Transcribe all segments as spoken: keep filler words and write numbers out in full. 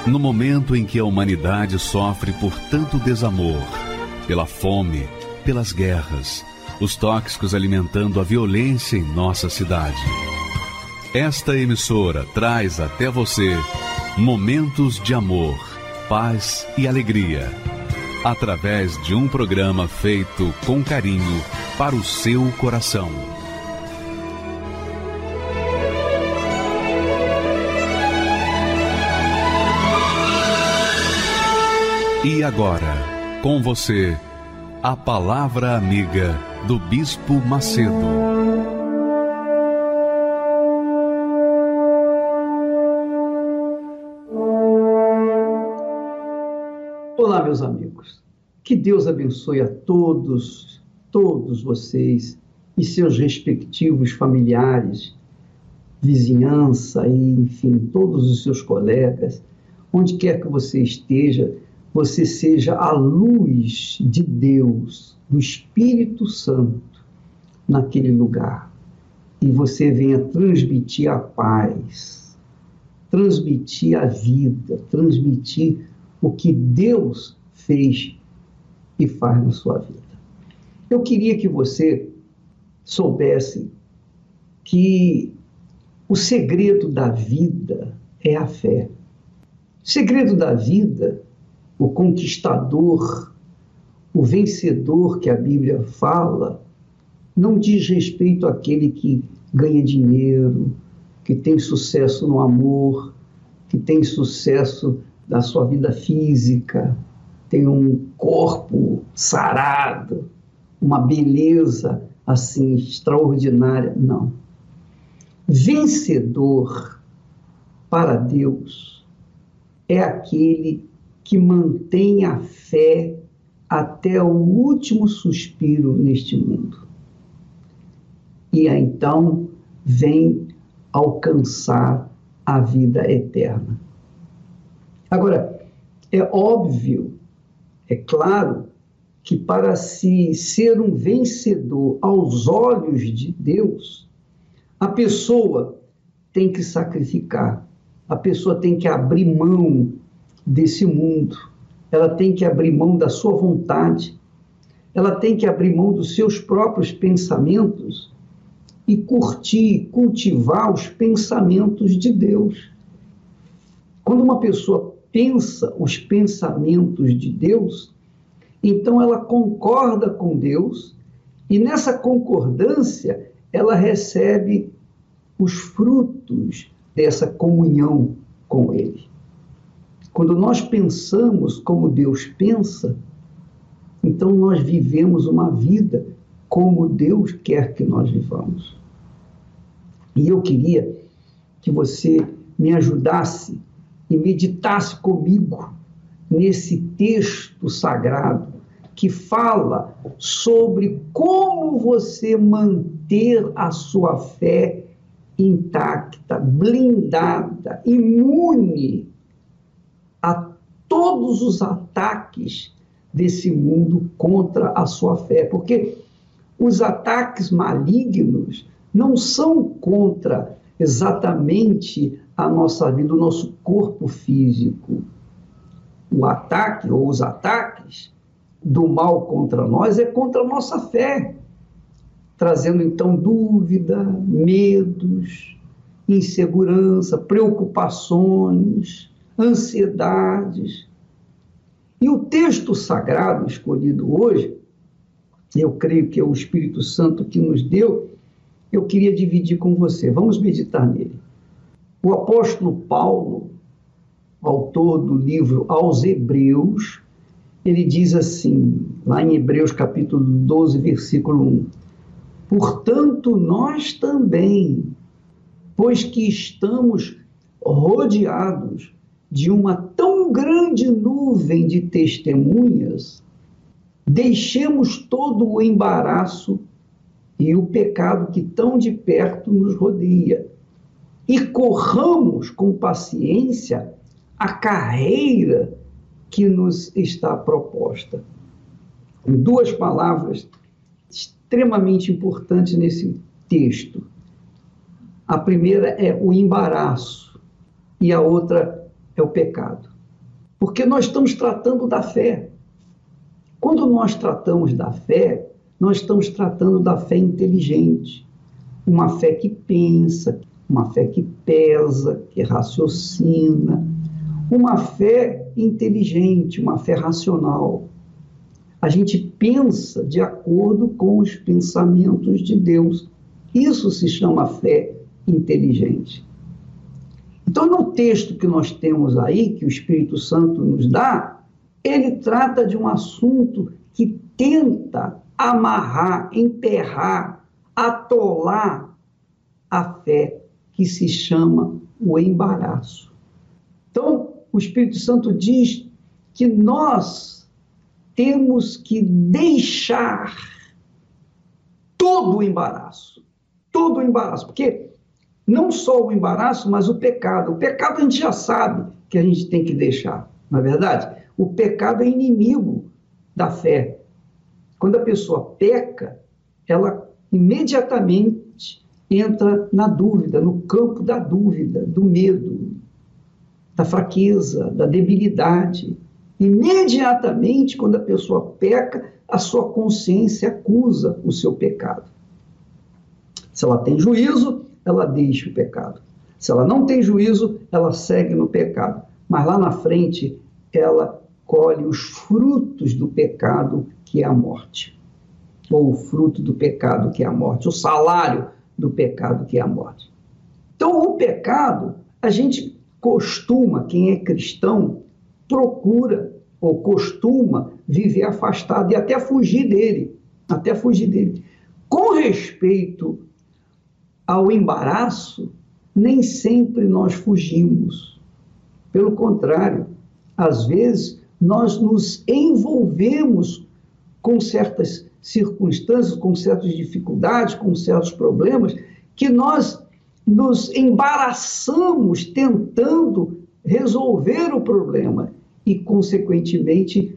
No momento em que a humanidade sofre por tanto desamor, pela fome, pelas guerras, os tóxicos alimentando a violência em nossa cidade. Esta emissora traz até você momentos de amor, paz e alegria, através de um programa feito com carinho para o seu coração. E agora, com você, a Palavra Amiga do Bispo Macedo. Olá, meus amigos. Que Deus abençoe a todos, todos vocês e seus respectivos familiares, vizinhança e, enfim, todos os seus colegas. Onde quer que você esteja, você seja a luz de Deus, do Espírito Santo, naquele lugar. E você venha transmitir a paz, transmitir a vida, transmitir o que Deus fez e faz na sua vida. Eu queria que você soubesse que o segredo da vida é a fé. O segredo da vida, o conquistador, o vencedor que a Bíblia fala, não diz respeito àquele que ganha dinheiro, que tem sucesso no amor, que tem sucesso na sua vida física, tem um corpo sarado, uma beleza assim extraordinária. Não. Vencedor para Deus é aquele que mantém a fé até o último suspiro neste mundo. E então vem alcançar a vida eterna. Agora, é óbvio, é claro, que para se ser um vencedor aos olhos de Deus, a pessoa tem que sacrificar, a pessoa tem que abrir mão desse mundo, ela tem que abrir mão da sua vontade, ela tem que abrir mão dos seus próprios pensamentos e curtir, cultivar os pensamentos de Deus. Quando uma pessoa pensa os pensamentos de Deus, então ela concorda com Deus e nessa concordância ela recebe os frutos dessa comunhão com Ele. Quando nós pensamos como Deus pensa, então nós vivemos uma vida como Deus quer que nós vivamos. E eu queria que você me ajudasse e meditasse comigo nesse texto sagrado que fala sobre como você manter a sua fé intacta, blindada, imune a todos os ataques desse mundo contra a sua fé. Porque os ataques malignos não são contra exatamente a nossa vida, o nosso corpo físico. O ataque ou os ataques do mal contra nós é contra a nossa fé, trazendo então dúvida, medos, insegurança, preocupações, ansiedades. E o texto sagrado escolhido hoje, eu creio que é o Espírito Santo que nos deu, eu queria dividir com você. Vamos meditar nele. O apóstolo Paulo, autor do livro aos Hebreus, ele diz assim, lá em Hebreus capítulo doze, versículo um, portanto, nós também, pois que estamos rodeados de uma tão grande nuvem de testemunhas, deixemos todo o embaraço e o pecado que tão de perto nos rodeia e corramos com paciência a carreira que nos está proposta. Duas palavras extremamente importantes nesse texto. A primeira é o embaraço e a outra é o pecado. porque nós estamos tratando da fé. Quando nós tratamos da fé, nós estamos tratando da fé inteligente, uma fé que pensa, uma fé que pesa, que raciocina, uma fé inteligente, uma fé racional. A gente pensa de acordo com os pensamentos de Deus. Isso se chama fé inteligente. Então, no texto que nós temos aí, que o Espírito Santo nos dá, ele trata de um assunto que tenta amarrar, emperrar, atolar a fé, que se chama o embaraço. Então, o Espírito Santo diz que nós temos que deixar todo o embaraço, todo o embaraço, porque não só o embaraço, mas o pecado. O pecado a gente já sabe que a gente tem que deixar, não é verdade? O pecado é inimigo da fé. Quando a pessoa peca, ela imediatamente entra na dúvida, no campo da dúvida, do medo, da fraqueza, da debilidade. Imediatamente, quando a pessoa peca, a sua consciência acusa o seu pecado. Se ela tem juízo, ela deixa o pecado. Se ela não tem juízo, ela segue no pecado. Mas lá na frente, ela colhe os frutos do pecado, que é a morte. Ou o fruto do pecado, que é a morte. O salário do pecado, que é a morte. Então, o pecado, a gente costuma, quem é cristão, procura ou costuma viver afastado e até fugir dele. Até fugir dele. Com respeito ao embaraço, nem sempre nós fugimos. Pelo contrário, às vezes nós nos envolvemos com certas circunstâncias, com certas dificuldades, com certos problemas, que nós nos embaraçamos tentando resolver o problema e, consequentemente,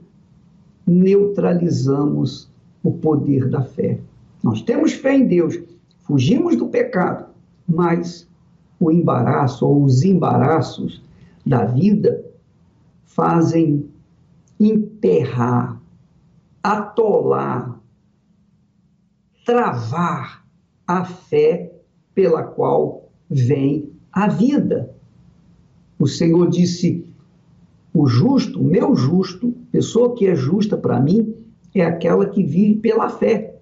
neutralizamos o poder da fé. Nós temos fé em Deus, fugimos do pecado, mas o embaraço ou os embaraços da vida fazem emperrar, atolar, travar a fé pela qual vem a vida. O Senhor disse, o justo, o meu justo, pessoa que é justa para mim, é aquela que vive pela fé.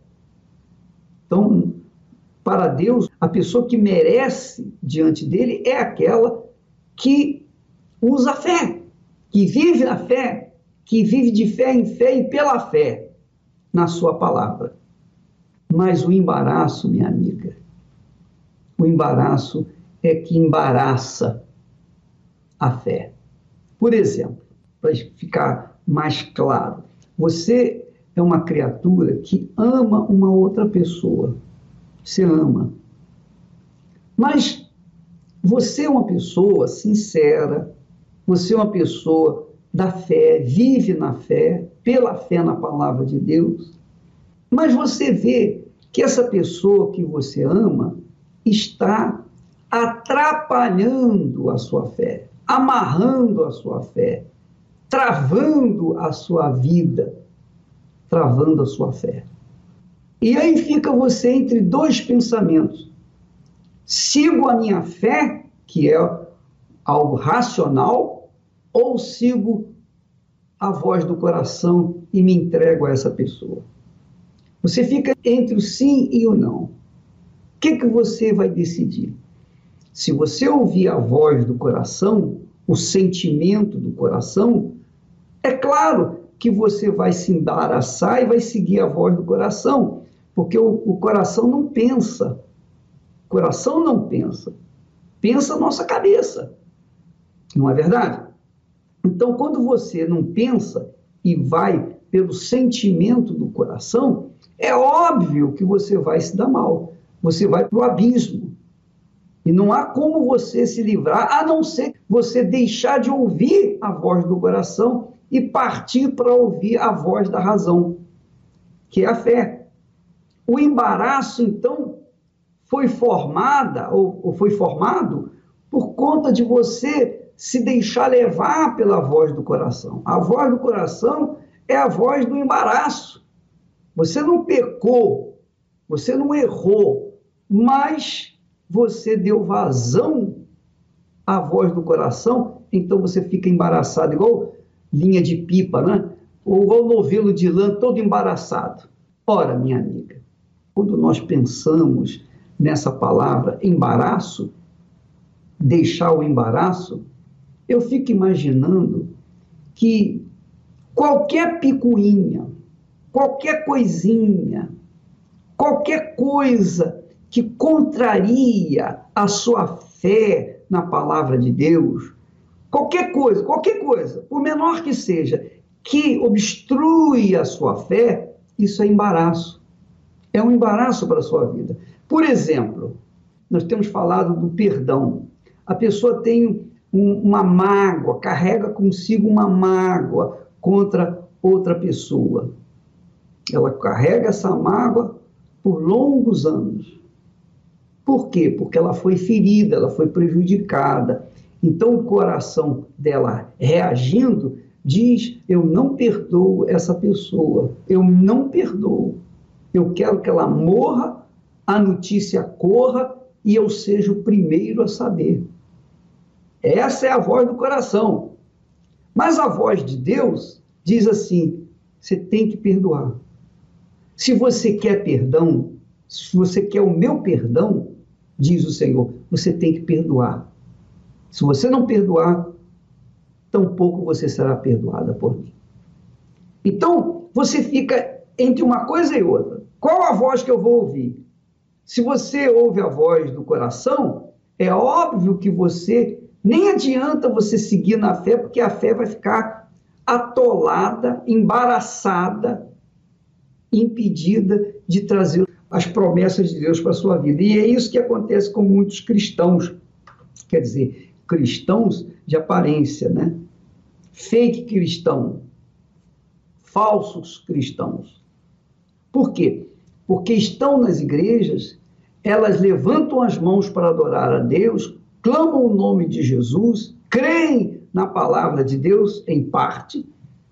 Então, para Deus, a pessoa que merece diante dele é aquela que usa a fé, que vive a fé, que vive de fé em fé e pela fé na sua palavra. Mas o embaraço, minha amiga, o embaraço é que embaraça a fé. Por exemplo, para ficar mais claro, você é uma criatura que ama uma outra pessoa. Você ama. Mas você é uma pessoa sincera, você é uma pessoa da fé, vive na fé, pela fé na palavra de Deus. Mas você vê que essa pessoa que você ama está atrapalhando a sua fé, amarrando a sua fé, travando a sua vida, travando a sua fé. E aí fica você entre dois pensamentos. Sigo a minha fé, que é algo racional, ou sigo a voz do coração e me entrego a essa pessoa? Você fica entre o sim e o não. O que, que você vai decidir? Se você ouvir a voz do coração, o sentimento do coração, é claro que você vai se embaraçar e vai seguir a voz do coração, porque o, o coração não pensa. O coração não pensa. Pensa a nossa cabeça. Não é verdade? Então, quando você não pensa e vai pelo sentimento do coração, é óbvio que você vai se dar mal. Você vai para o abismo. E não há como você se livrar, a não ser você deixar de ouvir a voz do coração e partir para ouvir a voz da razão, que é a fé. O embaraço, então, foi formada, ou, ou foi formado por conta de você se deixar levar pela voz do coração. A voz do coração é a voz do embaraço. Você não pecou, você não errou, mas você deu vazão à voz do coração, então você fica embaraçado, igual linha de pipa, né? Ou igual novelo de lã, todo embaraçado. Ora, minha amiga, quando nós pensamos nessa palavra embaraço, deixar o embaraço, eu fico imaginando que qualquer picuinha, qualquer coisinha, qualquer coisa que contraria a sua fé na palavra de Deus, qualquer coisa, qualquer coisa, por menor que seja, que obstrui a sua fé, isso é embaraço. É um embaraço para a sua vida. Por exemplo, nós temos falado do perdão. A pessoa tem um, uma mágoa, carrega consigo uma mágoa contra outra pessoa. Ela carrega essa mágoa por longos anos. Por quê? Porque ela foi ferida, ela foi prejudicada. Então o coração dela reagindo diz: eu não perdoo essa pessoa, eu não perdoo. Eu quero que ela morra, a notícia corra e eu seja o primeiro a saber. Essa é a voz do coração. Mas a voz de Deus diz assim: você tem que perdoar. Se você quer perdão, se você quer o meu perdão, diz o Senhor, você tem que perdoar. Se você não perdoar, tampouco você será perdoada por mim. Então, você fica entre uma coisa e outra. Qual a voz que eu vou ouvir? Se você ouve a voz do coração, é óbvio que você, nem adianta você seguir na fé, porque a fé vai ficar atolada, embaraçada, impedida de trazer as promessas de Deus para a sua vida. E é isso que acontece com muitos cristãos. Quer dizer, cristãos de aparência, né? Fake cristão, falsos cristãos. Por quê? Porque estão nas igrejas, elas levantam as mãos para adorar a Deus, clamam o nome de Jesus, creem na palavra de Deus em parte,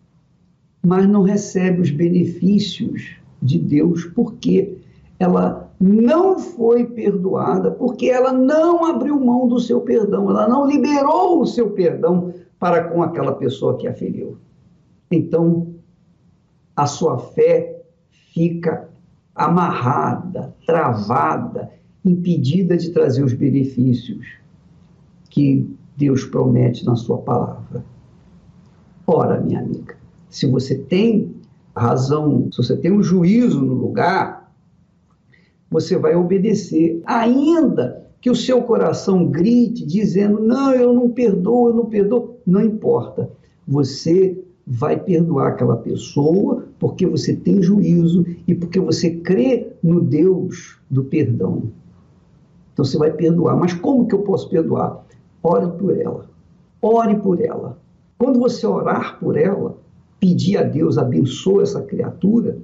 mas não recebem os benefícios de Deus, porque ela não foi perdoada, porque ela não abriu mão do seu perdão, ela não liberou o seu perdão para com aquela pessoa que a feriu. Então, a sua fé fica amarrada, travada, impedida de trazer os benefícios que Deus promete na sua palavra. Ora, minha amiga, se você tem razão, se você tem um juízo no lugar, você vai obedecer, ainda que o seu coração grite, dizendo: não, eu não perdoo, eu não perdoo. Não importa, você vai perdoar aquela pessoa, porque você tem juízo e porque você crê no Deus do perdão. Então você vai perdoar. Mas como que eu posso perdoar? Ore por ela. Ore por ela. Quando você orar por ela, pedir a Deus, abençoe essa criatura,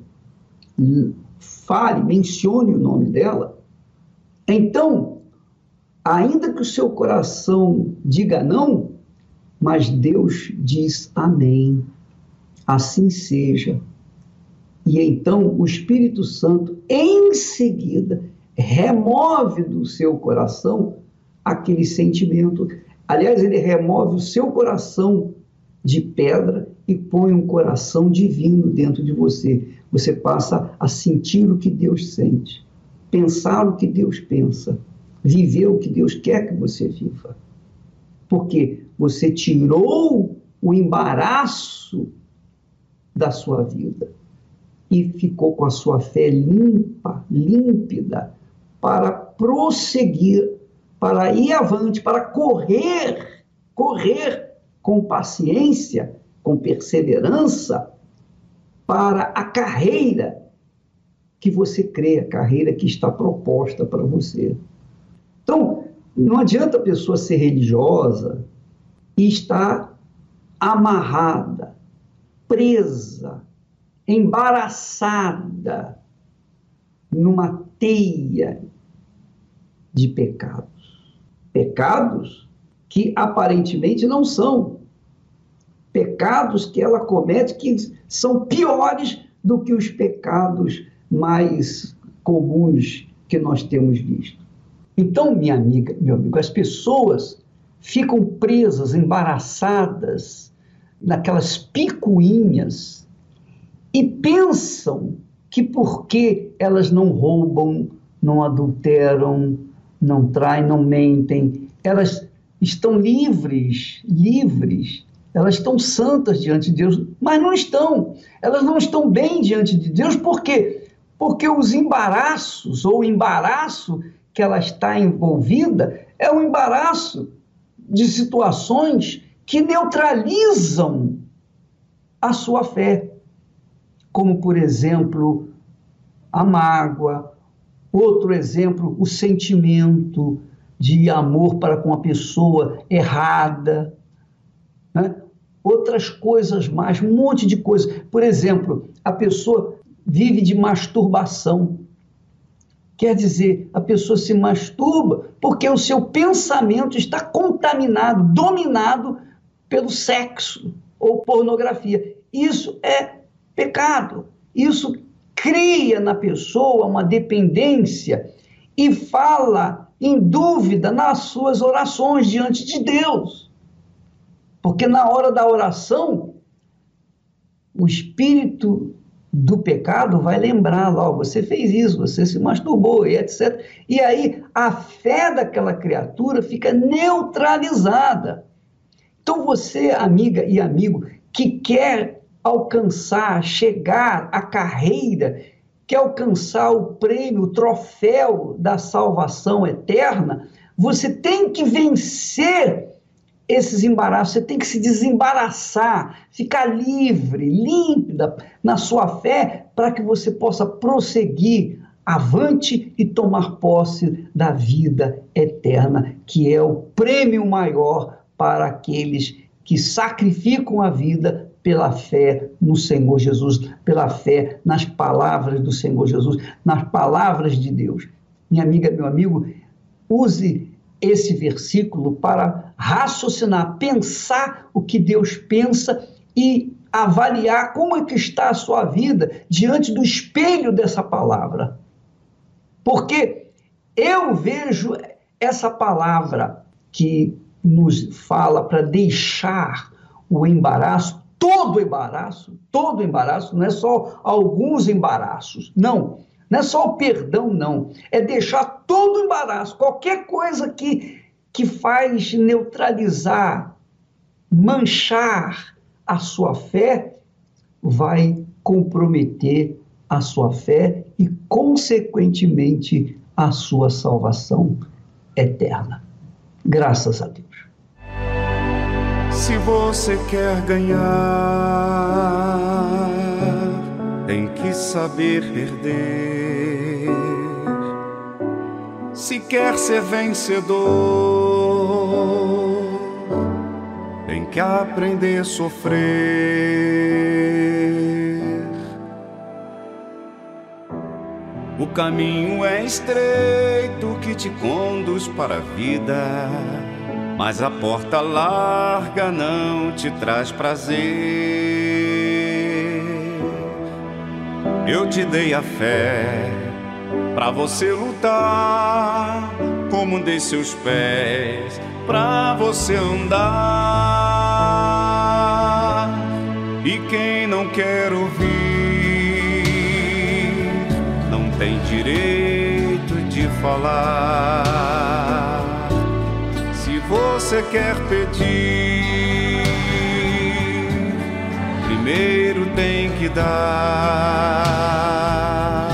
fale, mencione o nome dela, então, ainda que o seu coração diga não, mas Deus diz amém, assim seja. E então o Espírito Santo, em seguida, remove do seu coração aquele sentimento. Aliás, ele remove o seu coração de pedra e põe um coração divino dentro de você. Você passa a sentir o que Deus sente, pensar o que Deus pensa, viver o que Deus quer que você viva. Porque você tirou o embaraço da sua vida e ficou com a sua fé limpa, límpida, para prosseguir, para ir avante, para correr, correr com paciência, com perseverança, para a carreira que você crê, a carreira que está proposta para você. Então, não adianta a pessoa ser religiosa e estar amarrada, presa, embaraçada numa teia de pecados. Pecados que aparentemente não são. Pecados que ela comete que são piores do que os pecados mais comuns que nós temos visto. Então, minha amiga, meu amigo, as pessoas ficam presas, embaraçadas, naquelas picuinhas e pensam que porque elas não roubam, não adulteram, não traem, não mentem, elas estão livres, livres, elas estão santas diante de Deus, mas não estão. Elas não estão bem diante de Deus, por quê? Porque os embaraços, ou o embaraço que ela está envolvida, é um embaraço de situações que neutralizam a sua fé, como, por exemplo, a mágoa, outro exemplo, o sentimento de amor para com a pessoa errada, né? Outras coisas mais, um monte de coisas. Por exemplo, a pessoa vive de masturbação. Quer dizer, a pessoa se masturba porque o seu pensamento está contaminado, dominado pelo sexo ou pornografia. Isso é pecado. Isso cria na pessoa uma dependência e fala em dúvida nas suas orações diante de Deus. Porque na hora da oração, o espírito do pecado vai lembrar lá, oh, você fez isso, você se masturbou, e etcétera. E aí a fé daquela criatura fica neutralizada. Então você, amiga e amigo, que quer alcançar, chegar à carreira, quer alcançar o prêmio, o troféu da salvação eterna, você tem que vencer esses embaraços, você tem que se desembaraçar, ficar livre, límpida na sua fé, para que você possa prosseguir avante e tomar posse da vida eterna, que é o prêmio maior para aqueles que sacrificam a vida pela fé no Senhor Jesus, pela fé nas palavras do Senhor Jesus, nas palavras de Deus. Minha amiga, meu amigo, use esse versículo para raciocinar, pensar o que Deus pensa e avaliar como é que está a sua vida diante do espelho dessa palavra. Porque eu vejo essa palavra que nos fala para deixar o embaraço, todo embaraço, todo embaraço, não é só alguns embaraços, não. Não é só o perdão, não. É deixar todo o embaraço, qualquer coisa que, que faz neutralizar, manchar a sua fé, vai comprometer a sua fé e, consequentemente, a sua salvação eterna. Graças a Deus. Se você quer ganhar, tem que saber perder. Se quer ser vencedor, tem que aprender a sofrer. O caminho é estreito que te conduz para a vida, mas a porta larga não te traz prazer. Eu te dei a fé pra você lutar, como dei seus pés pra você andar. E quem não quer ouvir não tem direito de falar. Se você quer pedir, primeiro tem que dar.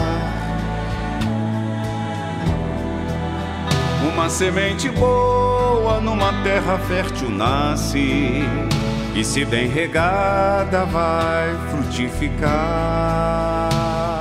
Uma semente boa numa terra fértil nasce, e se bem regada vai frutificar.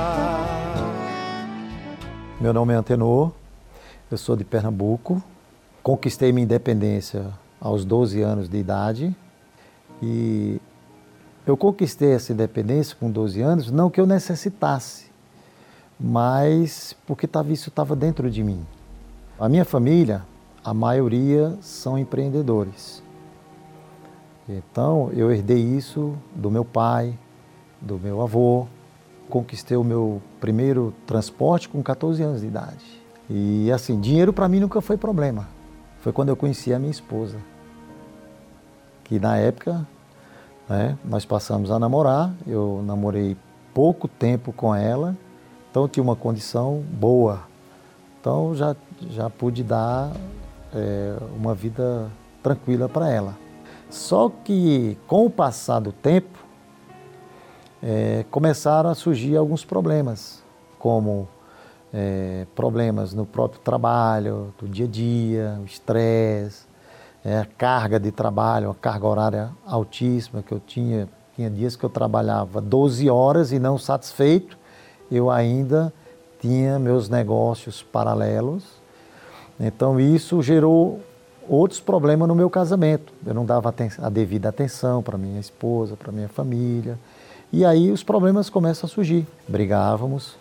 Meu nome é Antenor, eu sou de Pernambuco. Conquistei minha independência aos doze anos de idade, e eu conquistei essa independência com doze anos, não que eu necessitasse, mas porque tava, isso estava dentro de mim. A minha família, a maioria são empreendedores. Então, eu herdei isso do meu pai, do meu avô. Conquistei o meu primeiro transporte com quatorze anos de idade. E assim, dinheiro para mim nunca foi problema. Foi quando eu conheci a minha esposa. Que na época, né, nós passamos a namorar. Eu namorei pouco tempo com ela, então eu tinha uma condição boa. Então já, já pude dar é, uma vida tranquila para ela. Só que com o passar do tempo, é, começaram a surgir alguns problemas, como é, problemas no próprio trabalho, do dia a dia, o estresse, é, a carga de trabalho, a carga horária altíssima que eu tinha. Tinha dias que eu trabalhava doze horas e não satisfeito, eu ainda tinha meus negócios paralelos. Então isso gerou outros problemas no meu casamento. Eu não dava a devida atenção para minha esposa, para minha família. E aí os problemas começam a surgir. Brigávamos,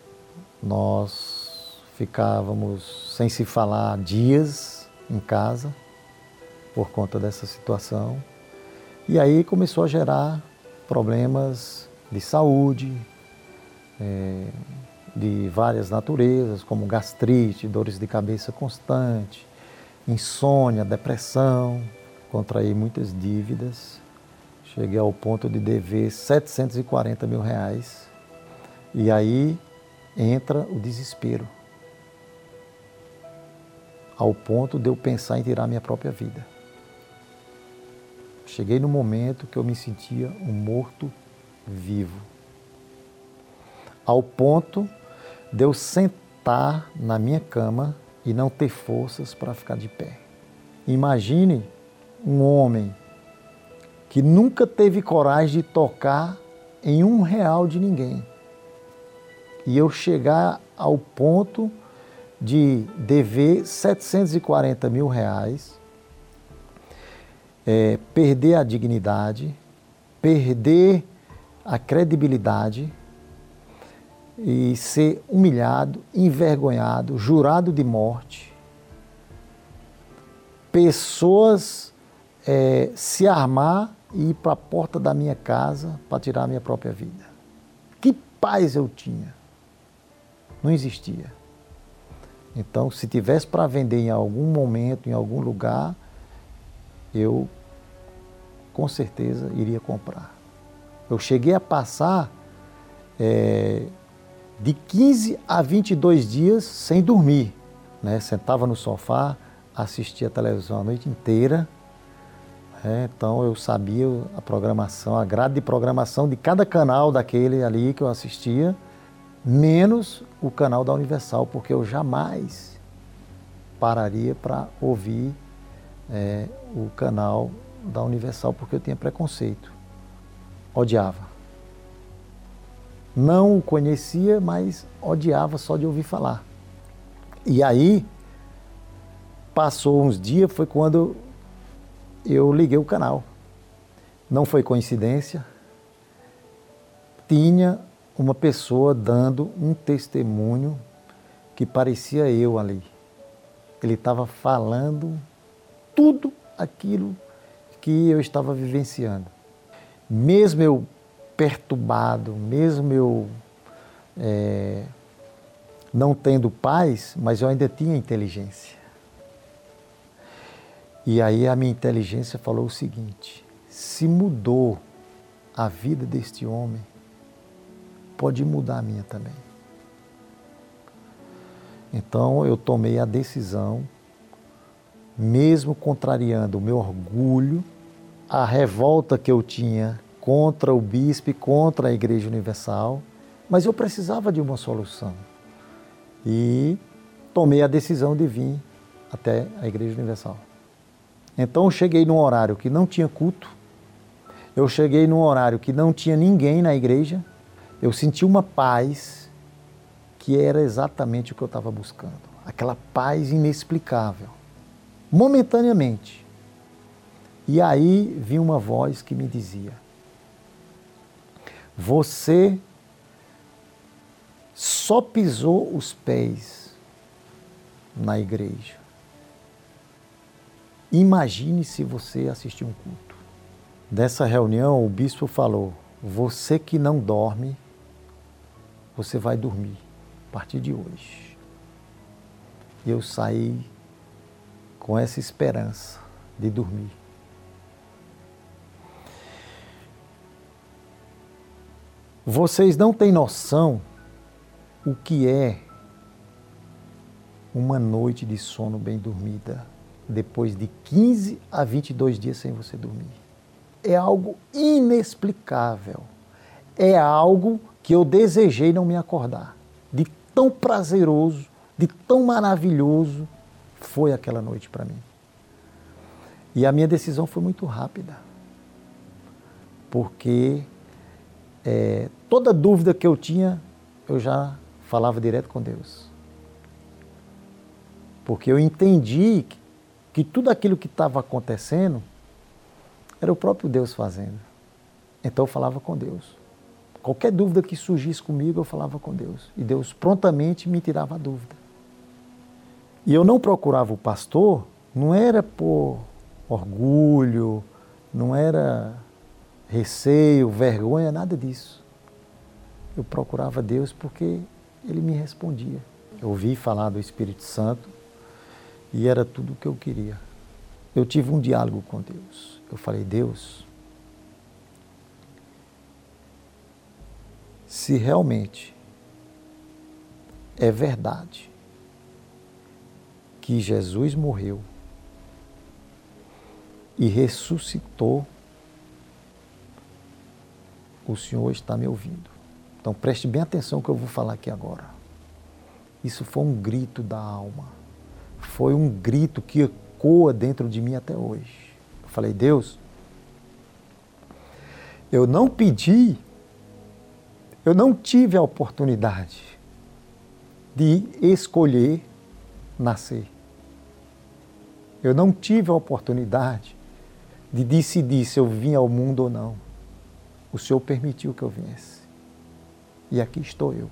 nós ficávamos sem se falar dias em casa por conta dessa situação. E aí começou a gerar problemas de saúde, é, de várias naturezas, como gastrite, dores de cabeça constante, insônia, depressão, contraí muitas dívidas. Cheguei ao ponto de dever setecentos e quarenta mil reais. E aí entra o desespero, ao ponto de eu pensar em tirar minha própria vida. Cheguei no momento que eu me sentia um morto-vivo, ao ponto de eu sentar na minha cama e não ter forças para ficar de pé. Imagine um homem que nunca teve coragem de tocar em um real de ninguém, e eu chegar ao ponto de dever setecentos e quarenta mil reais, é, perder a dignidade, perder a credibilidade e ser humilhado, envergonhado, jurado de morte. Pessoas é, se armar e ir para a porta da minha casa para tirar a minha própria vida. Que paz eu tinha! Não existia. Então, se tivesse para vender em algum momento, em algum lugar, eu com certeza iria comprar. Eu cheguei a passar é, de quinze a vinte e dois dias sem dormir, né? Sentava no sofá, assistia a televisão a noite inteira. É, então eu sabia a programação, a grade de programação de cada canal daquele ali que eu assistia, menos o canal da Universal, porque eu jamais pararia para ouvir é, o canal da Universal, porque eu tinha preconceito, odiava. Não o conhecia, mas odiava só de ouvir falar. E aí, passou uns dias, foi quando eu liguei o canal. Não foi coincidência. Tinha uma pessoa dando um testemunho que parecia eu ali. Ele estava falando tudo aquilo que eu estava vivenciando. Mesmo eu perturbado, mesmo eu é, não tendo paz, mas eu ainda tinha inteligência. E aí a minha inteligência falou o seguinte: se mudou a vida deste homem, pode mudar a minha também. Então eu tomei a decisão, mesmo contrariando o meu orgulho, a revolta que eu tinha contra o bispo e contra a Igreja Universal, mas eu precisava de uma solução. E tomei a decisão de vir até a Igreja Universal. Então eu cheguei num horário que não tinha culto, eu cheguei num horário que não tinha ninguém na igreja, eu senti uma paz que era exatamente o que eu estava buscando. Aquela paz inexplicável, momentaneamente. E aí vinha uma voz que me dizia: você só pisou os pés na igreja, Imagine se você assistir um culto. Dessa reunião, o bispo falou, você que não dorme, você vai dormir a partir de hoje. E eu saí com essa esperança de dormir. Vocês não têm noção o que é uma noite de sono bem dormida depois de quinze a vinte e dois dias sem você dormir. É algo inexplicável. É algo que eu desejei não me acordar. De tão prazeroso, de tão maravilhoso foi aquela noite para mim. E a minha decisão foi muito rápida. Porque é, toda dúvida que eu tinha, eu já falava direto com Deus. Porque eu entendi que, que tudo aquilo que estava acontecendo era o próprio Deus fazendo. Então eu falava com Deus. Qualquer dúvida que surgisse comigo, eu falava com Deus. E Deus prontamente me tirava a dúvida. E eu não procurava o pastor, não era por orgulho, não era receio, vergonha, nada disso. Eu procurava Deus porque Ele me respondia. Eu ouvi falar do Espírito Santo e era tudo o que eu queria. Eu tive um diálogo com Deus. Eu falei, Deus, se realmente é verdade que Jesus morreu e ressuscitou, o Senhor está me ouvindo. Então preste bem atenção no que eu vou falar aqui agora. Isso foi um grito da alma. Foi um grito que ecoa dentro de mim até hoje. Eu falei, Deus, eu não pedi, eu não tive a oportunidade de escolher nascer. Eu não tive a oportunidade de decidir se eu vim ao mundo ou não. O Senhor permitiu que eu viesse. E aqui estou eu.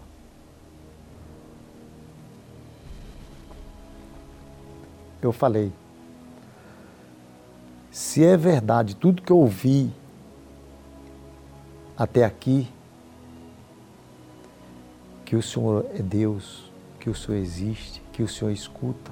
Eu falei, se é verdade tudo que eu ouvi até aqui, que o Senhor é Deus, que o Senhor existe, que o Senhor escuta,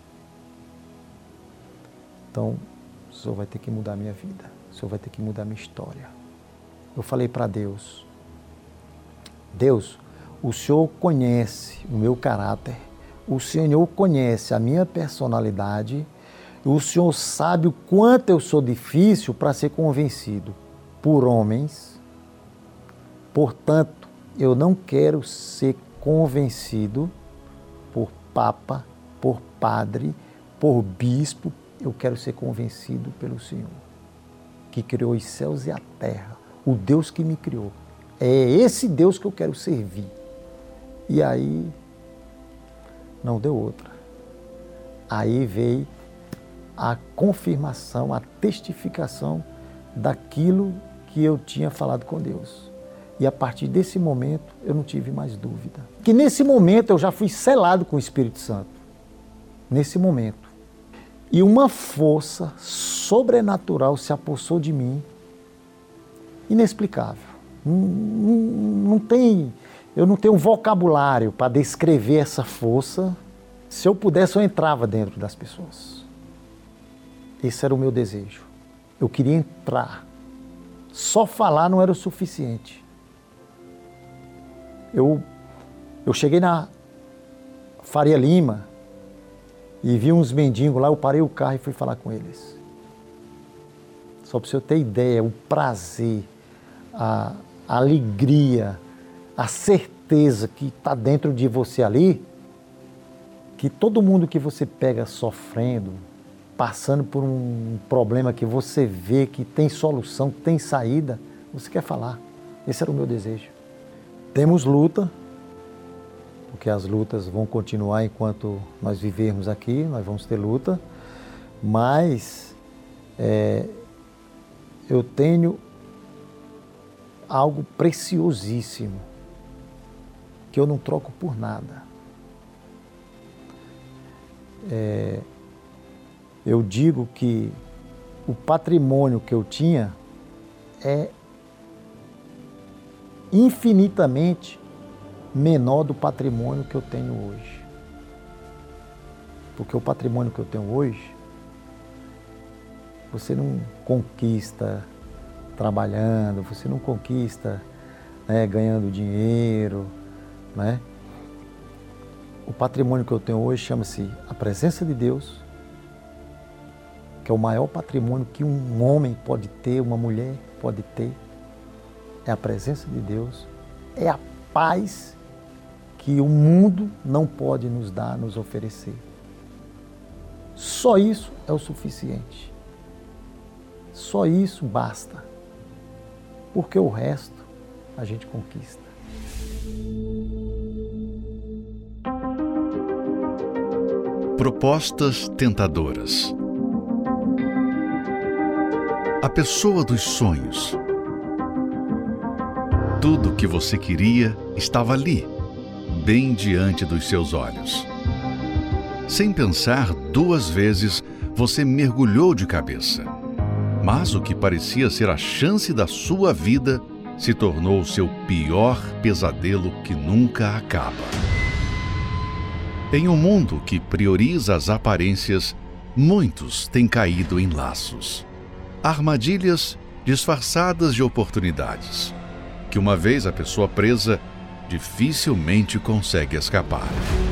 então o Senhor vai ter que mudar a minha vida, o Senhor vai ter que mudar a minha história. Eu falei para Deus, Deus, o Senhor conhece o meu caráter, o Senhor conhece a minha personalidade, o Senhor sabe o quanto eu sou difícil para ser convencido por homens. Portanto, eu não quero ser convencido por papa, por padre, por bispo. Eu quero ser convencido pelo Senhor, que criou os céus e a terra, o Deus que me criou. É esse Deus que eu quero servir. E aí, não deu outra. Aí veio a confirmação, a testificação daquilo que eu tinha falado com Deus. E a partir desse momento, eu não tive mais dúvida. Que nesse momento eu já fui selado com o Espírito Santo. Nesse momento. E uma força sobrenatural se apossou de mim, inexplicável. Não, não, não tem, eu não tenho um vocabulário para descrever essa força. Se eu pudesse, eu entrava dentro das pessoas. Esse era o meu desejo. Eu queria entrar. Só falar não era o suficiente. Eu, eu cheguei na Faria Lima e vi uns mendigos lá, eu parei o carro e fui falar com eles. Só para você ter ideia, o prazer, a, a alegria, a certeza que está dentro de você ali, que todo mundo que você pega sofrendo, passando por um problema que você vê que tem solução, tem saída, você quer falar. Esse era o meu desejo. Temos luta, porque as lutas vão continuar enquanto nós vivermos aqui, nós vamos ter luta, mas é, eu tenho algo preciosíssimo que eu não troco por nada. É, eu digo que o patrimônio que eu tinha é infinitamente menor do patrimônio que eu tenho hoje. Porque o patrimônio que eu tenho hoje, você não conquista trabalhando, você não conquista, né, ganhando dinheiro, né? O patrimônio que eu tenho hoje chama-se a presença de Deus, que é o maior patrimônio que um homem pode ter, uma mulher pode ter. É a presença de Deus, é a paz que o mundo não pode nos dar, nos oferecer. Só isso é o suficiente. Só isso basta. Porque o resto a gente conquista. Propostas tentadoras. A pessoa dos sonhos. Tudo o que você queria estava ali, bem diante dos seus olhos. Sem pensar duas vezes, você mergulhou de cabeça. Mas o que parecia ser a chance da sua vida se tornou seu pior pesadelo que nunca acaba. Em um mundo que prioriza as aparências, muitos têm caído em laços. Armadilhas disfarçadas de oportunidades, que uma vez a pessoa presa, dificilmente consegue escapar.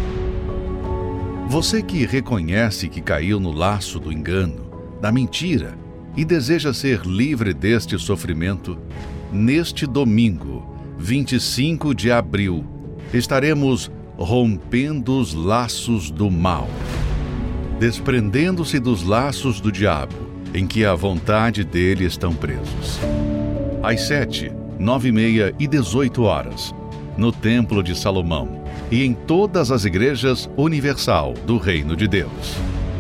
Você que reconhece que caiu no laço do engano, da mentira, e deseja ser livre deste sofrimento, neste domingo, vinte e cinco de abril, estaremos rompendo os laços do mal, desprendendo-se dos laços do diabo, em que a vontade dele estão presos. Às sete, nove e meia e dezoito horas, no Templo de Salomão e em todas as igrejas universal do Reino de Deus.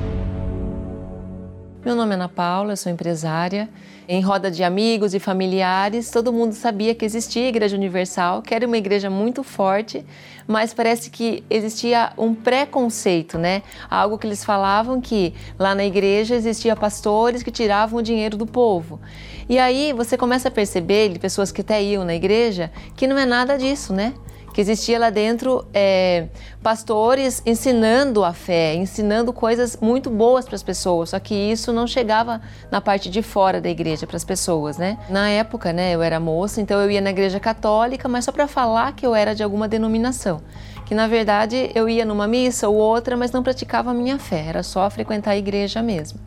Meu nome é Ana Paula, eu sou empresária. Em roda de amigos e familiares, todo mundo sabia que existia a Igreja Universal, que era uma igreja muito forte, mas parece que existia um preconceito, né? Algo que eles falavam que lá na igreja existia pastores que tiravam o dinheiro do povo. E aí você começa a perceber, pessoas que até iam na igreja, que não é nada disso, né? Que existia lá dentro é, pastores ensinando a fé, ensinando coisas muito boas para as pessoas, só que isso não chegava na parte de fora da igreja para as pessoas, né? Na época, né, eu era moça, então eu ia na igreja católica, mas só para falar que eu era de alguma denominação. Que na verdade eu ia numa missa ou outra, mas não praticava a minha fé, era só frequentar a igreja mesmo.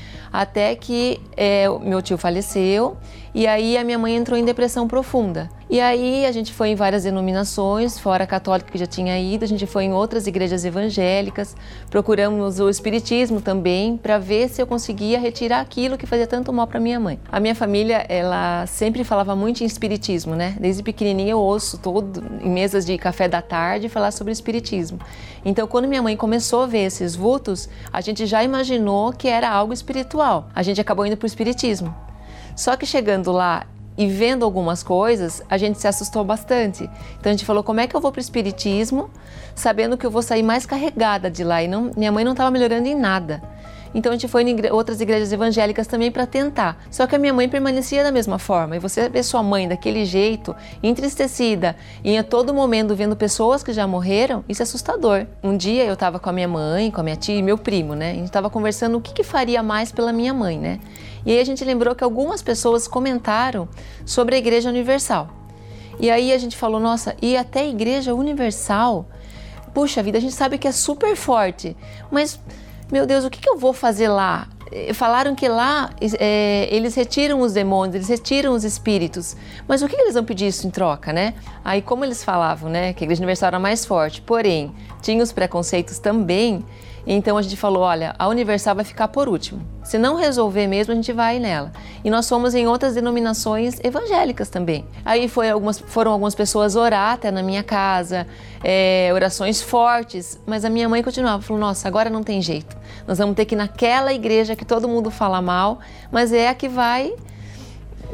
Até que é, meu tio faleceu e aí a minha mãe entrou em depressão profunda. E aí a gente foi em várias denominações, fora a católica que já tinha ido, a gente foi em outras igrejas evangélicas, procuramos o espiritismo também para ver se eu conseguia retirar aquilo que fazia tanto mal para minha mãe. A minha família, ela sempre falava muito em espiritismo, né? Desde pequenininha eu ouço todo em mesas de café da tarde falar sobre espiritismo. Então quando minha mãe começou a ver esses vultos, a gente já imaginou que era algo espiritual. A gente acabou indo para o espiritismo. Só que chegando lá e vendo algumas coisas, a gente se assustou bastante. Então a gente falou, como é que eu vou para o espiritismo, sabendo que eu vou sair mais carregada de lá? E não, minha mãe não estava melhorando em nada. Então a gente foi em igre- outras igrejas evangélicas também para tentar. Só que a minha mãe permanecia da mesma forma. E você vê sua mãe daquele jeito, entristecida, e a todo momento vendo pessoas que já morreram, isso é assustador. Um dia eu estava com a minha mãe, com a minha tia e meu primo, né? A gente estava conversando o que, que faria mais pela minha mãe, né? E aí a gente lembrou que algumas pessoas comentaram sobre a Igreja Universal. E aí a gente falou, nossa, e até a Igreja Universal? Puxa vida, a gente sabe que é super forte, mas, meu Deus, o que, que eu vou fazer lá? Falaram que lá é, eles retiram os demônios, eles retiram os espíritos, mas o que, que eles vão pedir isso em troca, né? Aí como eles falavam, né, que a Igreja Universal era mais forte, porém, tinha os preconceitos também, então a gente falou, olha, a Universal vai ficar por último. Se não resolver mesmo, a gente vai nela. E nós fomos em outras denominações evangélicas também. Aí foi algumas, foram algumas pessoas orar até na minha casa, é, orações fortes, mas a minha mãe continuava, falou, nossa, agora não tem jeito. Nós vamos ter que ir naquela igreja que todo mundo fala mal, mas é a que vai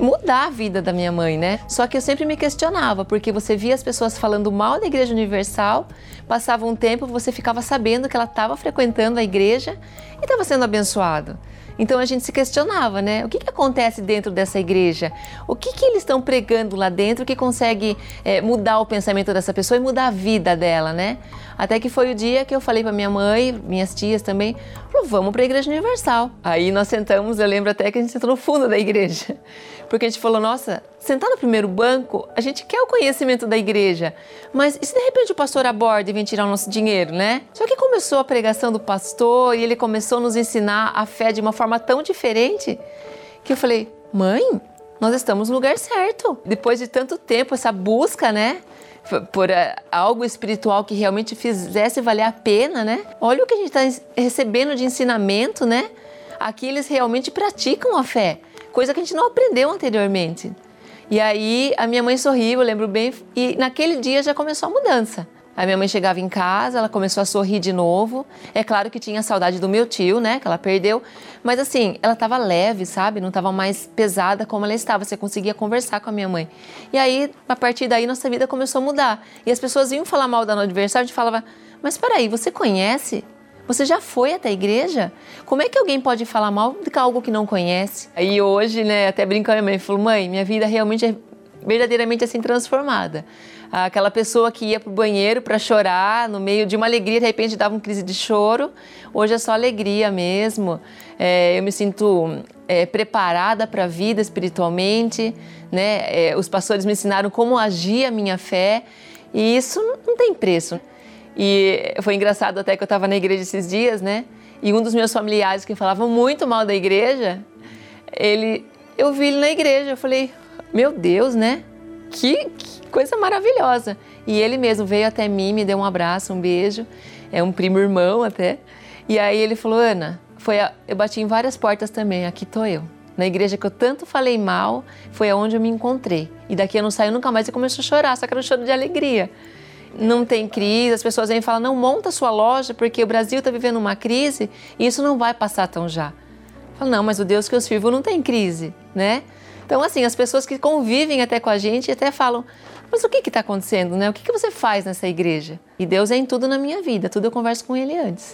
mudar a vida da minha mãe, né? Só que eu sempre me questionava, porque você via as pessoas falando mal da Igreja Universal, passava um tempo, você ficava sabendo que ela estava frequentando a igreja e estava sendo abençoado. Então a gente se questionava, né? O que, que acontece dentro dessa igreja? O que, que eles estão pregando lá dentro que consegue é, mudar o pensamento dessa pessoa e mudar a vida dela, né? Até que foi o dia que eu falei para minha mãe, minhas tias também, falou, vamos para a Igreja Universal. Aí nós sentamos, eu lembro até que a gente sentou no fundo da igreja. Porque a gente falou, nossa, sentar no primeiro banco, a gente quer o conhecimento da igreja, mas e se de repente o pastor aborda e vem tirar o nosso dinheiro, né? Só que começou a pregação do pastor e ele começou a nos ensinar a fé de uma forma tão diferente que eu falei, mãe, nós estamos no lugar certo. Depois de tanto tempo, essa busca, né? Por uh, algo espiritual que realmente fizesse valer a pena, né? Olha o que a gente está recebendo de ensinamento, né? Aqui eles realmente praticam a fé, coisa que a gente não aprendeu anteriormente. E aí a minha mãe sorriu, eu lembro bem, e naquele dia já começou a mudança. A minha mãe chegava em casa, ela começou a sorrir de novo. É claro que tinha saudade do meu tio, né, que ela perdeu. Mas assim, ela estava leve, sabe? Não estava mais pesada como ela estava. Você conseguia conversar com a minha mãe. E aí, a partir daí, nossa vida começou a mudar. E as pessoas vinham falar mal da No Aniversário, a gente falava, mas peraí, você conhece? Você já foi até a igreja? Como é que alguém pode falar mal de algo que não conhece? Aí hoje, né, até brincando, a minha mãe falou, mãe, minha vida realmente é verdadeiramente assim transformada. Aquela pessoa que ia para o banheiro para chorar, no meio de uma alegria, de repente dava uma crise de choro. Hoje é só alegria mesmo. É, eu me sinto é, preparada para a vida espiritualmente, né? É, os pastores me ensinaram como agir a minha fé e isso não tem preço. E foi engraçado até que eu estava na igreja esses dias, né? E um dos meus familiares que falava muito mal da igreja, ele, eu vi ele na igreja, eu falei, meu Deus, né? Que, que coisa maravilhosa. E ele mesmo veio até mim, me deu um abraço, um beijo, é um primo irmão até. E aí ele falou, Ana, foi a, eu bati em várias portas também, aqui tô eu. Na igreja que eu tanto falei mal, foi aonde eu me encontrei. E daqui eu não saio nunca mais e começou a chorar, só que era um choro de alegria. Não tem crise, as pessoas vêm e falam, não, monta sua loja porque o Brasil está vivendo uma crise e isso não vai passar tão já. Eu falo, não, mas o Deus que eu sirvo não tem crise, né? Então, assim, as pessoas que convivem até com a gente até falam, mas o que está acontecendo, né? O que, que você faz nessa igreja? E Deus é em tudo na minha vida, tudo eu converso com Ele antes.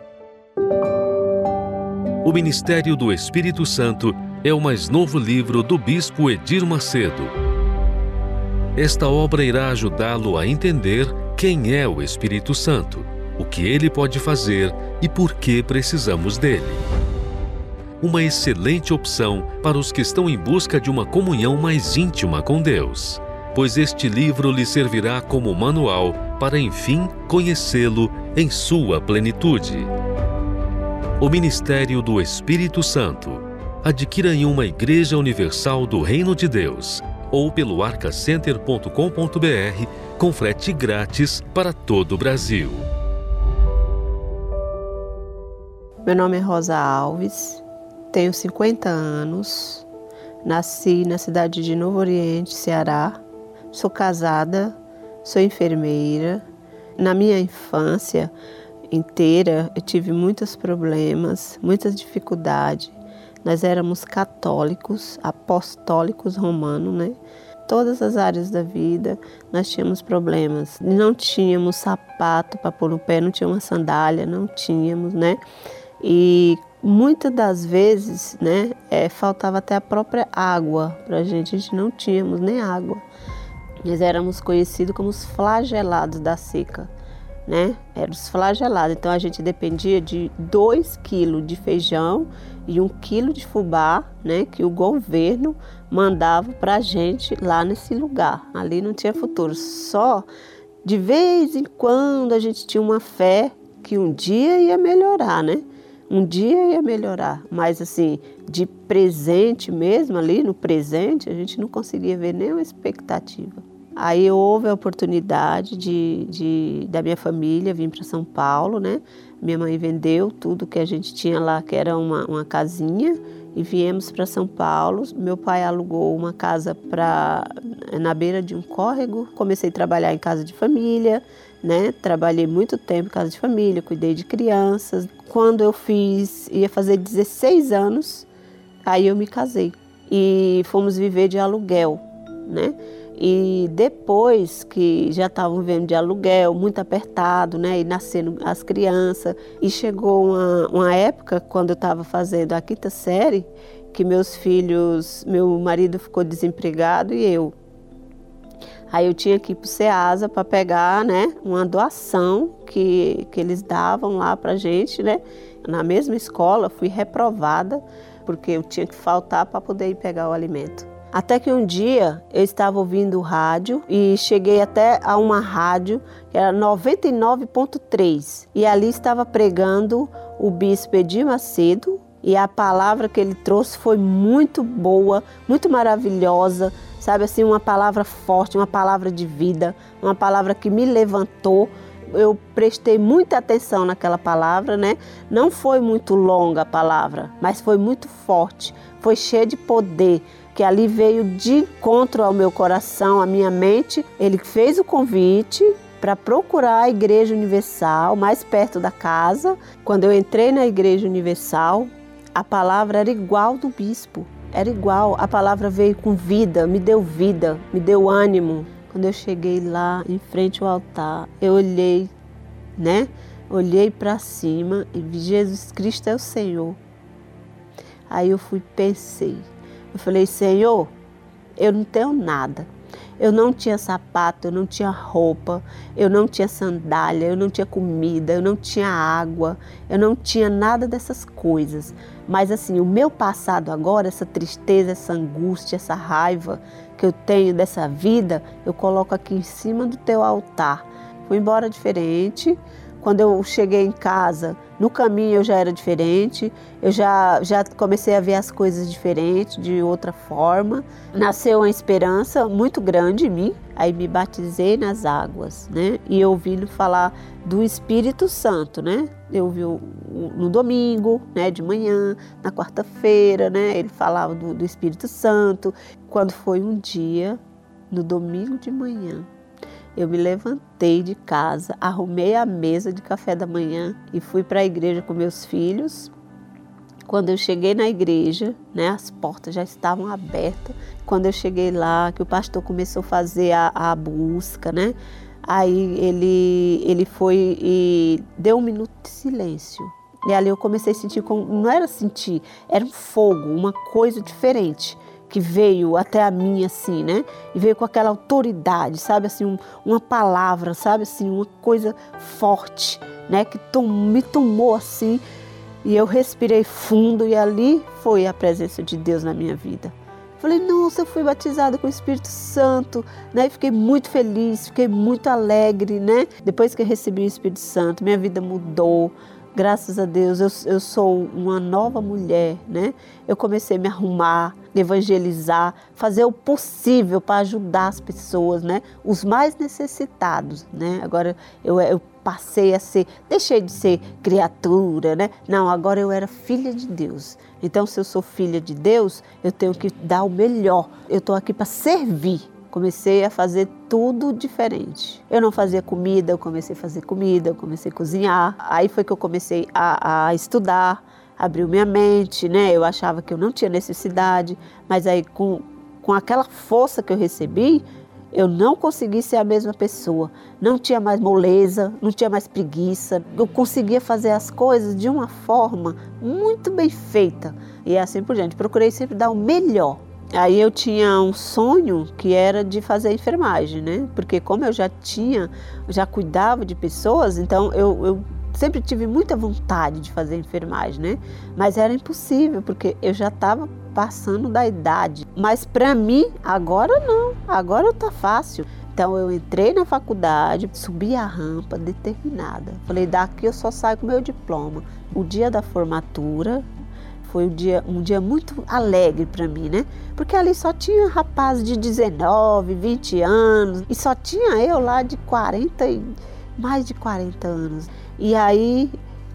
O Ministério do Espírito Santo é o mais novo livro do Bispo Edir Macedo. Esta obra irá ajudá-lo a entender quem é o Espírito Santo, o que ele pode fazer e por que precisamos dele. Uma excelente opção para os que estão em busca de uma comunhão mais íntima com Deus, pois este livro lhe servirá como manual para, enfim, conhecê-lo em sua plenitude. O Ministério do Espírito Santo. Adquira em uma Igreja Universal do Reino de Deus ou pelo arca center ponto com ponto b r com frete grátis para todo o Brasil. Meu nome é Rosa Alves. Tenho cinquenta anos, nasci na cidade de Novo Oriente, Ceará. Sou casada, sou enfermeira. Na minha infância inteira eu tive muitos problemas, muitas dificuldades. Nós éramos católicos, apostólicos romanos, né? Todas as áreas da vida nós tínhamos problemas. Não tínhamos sapato para pôr no pé, não tínhamos sandália, não tínhamos, né? E muitas das vezes, né, é, faltava até a própria água para a gente, a gente não tínhamos nem água. Nós éramos conhecidos como os flagelados da seca, né? Eram os flagelados, então a gente dependia de dois quilos de feijão e um quilo de fubá, né, que o governo mandava para a gente lá nesse lugar. Ali não tinha futuro, só de vez em quando a gente tinha uma fé que um dia ia melhorar, né? Um dia ia melhorar, mas assim, de presente mesmo, ali no presente, a gente não conseguia ver nenhuma expectativa. Aí houve a oportunidade de, de, da minha família vir para São Paulo, né? Minha mãe vendeu tudo que a gente tinha lá, que era uma, uma casinha, e viemos para São Paulo. Meu pai alugou uma casa pra, na beira de um córrego. Comecei a trabalhar em casa de família, né? Trabalhei muito tempo em casa de família, cuidei de crianças. Quando eu fiz, ia fazer dezesseis anos, aí eu me casei. e fomos viver de aluguel, né? E depois que já estavam vivendo de aluguel, muito apertado, né? E nascendo as crianças. E chegou uma, uma época, quando eu estava fazendo a quinta série, que meus filhos, meu marido ficou desempregado e eu. Aí eu tinha que ir para o SEASA para pegar, né, uma doação que, que eles davam lá para a gente, né? Na mesma escola, fui reprovada, porque eu tinha que faltar para poder ir pegar o alimento. Até que um dia eu estava ouvindo o rádio e cheguei até a uma rádio que era noventa e nove ponto três e ali estava pregando o bispo Edir Macedo e a palavra que ele trouxe foi muito boa, muito maravilhosa, sabe assim, uma palavra forte, uma palavra de vida, uma palavra que me levantou. Eu prestei muita atenção naquela palavra, né? Não foi muito longa a palavra, mas foi muito forte, foi cheia de poder, que ali veio de encontro ao meu coração, à minha mente. Ele fez o convite para procurar a Igreja Universal, mais perto da casa. Quando eu entrei na Igreja Universal, a palavra era igual do bispo, era igual. A palavra veio com vida, me deu vida, me deu ânimo. Quando eu cheguei lá, em frente ao altar, eu olhei, né? Olhei para cima e vi Jesus Cristo é o Senhor. Aí eu fui, pensei. Eu falei, Senhor, eu não tenho nada. Eu não tinha sapato, eu não tinha roupa, eu não tinha sandália, eu não tinha comida, eu não tinha água, eu não tinha nada dessas coisas. Mas assim, o meu passado agora, essa tristeza, essa angústia, essa raiva que eu tenho dessa vida, eu coloco aqui em cima do teu altar. Fui embora diferente. Quando eu cheguei em casa, no caminho eu já era diferente, eu já, já comecei a ver as coisas diferentes, de outra forma. Nasceu uma esperança muito grande em mim, aí me batizei nas águas, né? E eu ouvindo falar do Espírito Santo, né? Eu ouvi no domingo, né, de manhã, na quarta-feira, né? Ele falava do, do Espírito Santo. Quando foi um dia, no domingo de manhã, eu me levantei de casa, arrumei a mesa de café da manhã e fui para a igreja com meus filhos. Quando eu cheguei na igreja, né, as portas já estavam abertas. Quando eu cheguei lá, que o pastor começou a fazer a, a busca, né? Aí ele, ele foi e deu um minuto de silêncio. E ali eu comecei a sentir, como, não era sentir, era um fogo, uma coisa diferente, que veio até a mim assim, né? E veio com aquela autoridade, sabe? Assim, um, uma palavra, sabe? Assim, uma coisa forte, né? Que tom, me tomou assim. E eu respirei fundo e ali foi a presença de Deus na minha vida. Falei, nossa, eu fui batizada com o Espírito Santo, né? E fiquei muito feliz, fiquei muito alegre, né? Depois que eu recebi o Espírito Santo, minha vida mudou. Graças a Deus, eu, eu sou uma nova mulher, né? Eu comecei a me arrumar, evangelizar, fazer o possível para ajudar as pessoas, né? Os mais necessitados, né? Agora eu, eu passei a ser, deixei de ser criatura, né? Não, agora eu era filha de Deus. Então, se eu sou filha de Deus, eu tenho que dar o melhor. Eu estou aqui para servir. Comecei a fazer tudo diferente. Eu não fazia comida, eu comecei a fazer comida, eu comecei a cozinhar. Aí foi que eu comecei a, a estudar, abriu minha mente, né? Eu achava que eu não tinha necessidade, mas aí com, com aquela força que eu recebi, eu não consegui ser a mesma pessoa. Não tinha mais moleza, não tinha mais preguiça. Eu conseguia fazer as coisas de uma forma muito bem feita. E assim por diante. Procurei sempre dar o melhor. Aí eu tinha um sonho que era de fazer enfermagem, né? Porque como eu já tinha, já cuidava de pessoas, então eu, eu sempre tive muita vontade de fazer enfermagem, né? Mas era impossível, porque eu já estava passando da idade. Mas para mim, agora não, agora tá fácil. Então eu entrei na faculdade, subi a rampa determinada. Falei, daqui eu só saio com meu diploma. O dia da formatura foi um dia, um dia muito alegre para mim, né? Porque ali só tinha rapaz de dezenove, vinte anos e só tinha eu lá de quarenta, mais de quarenta anos. E aí,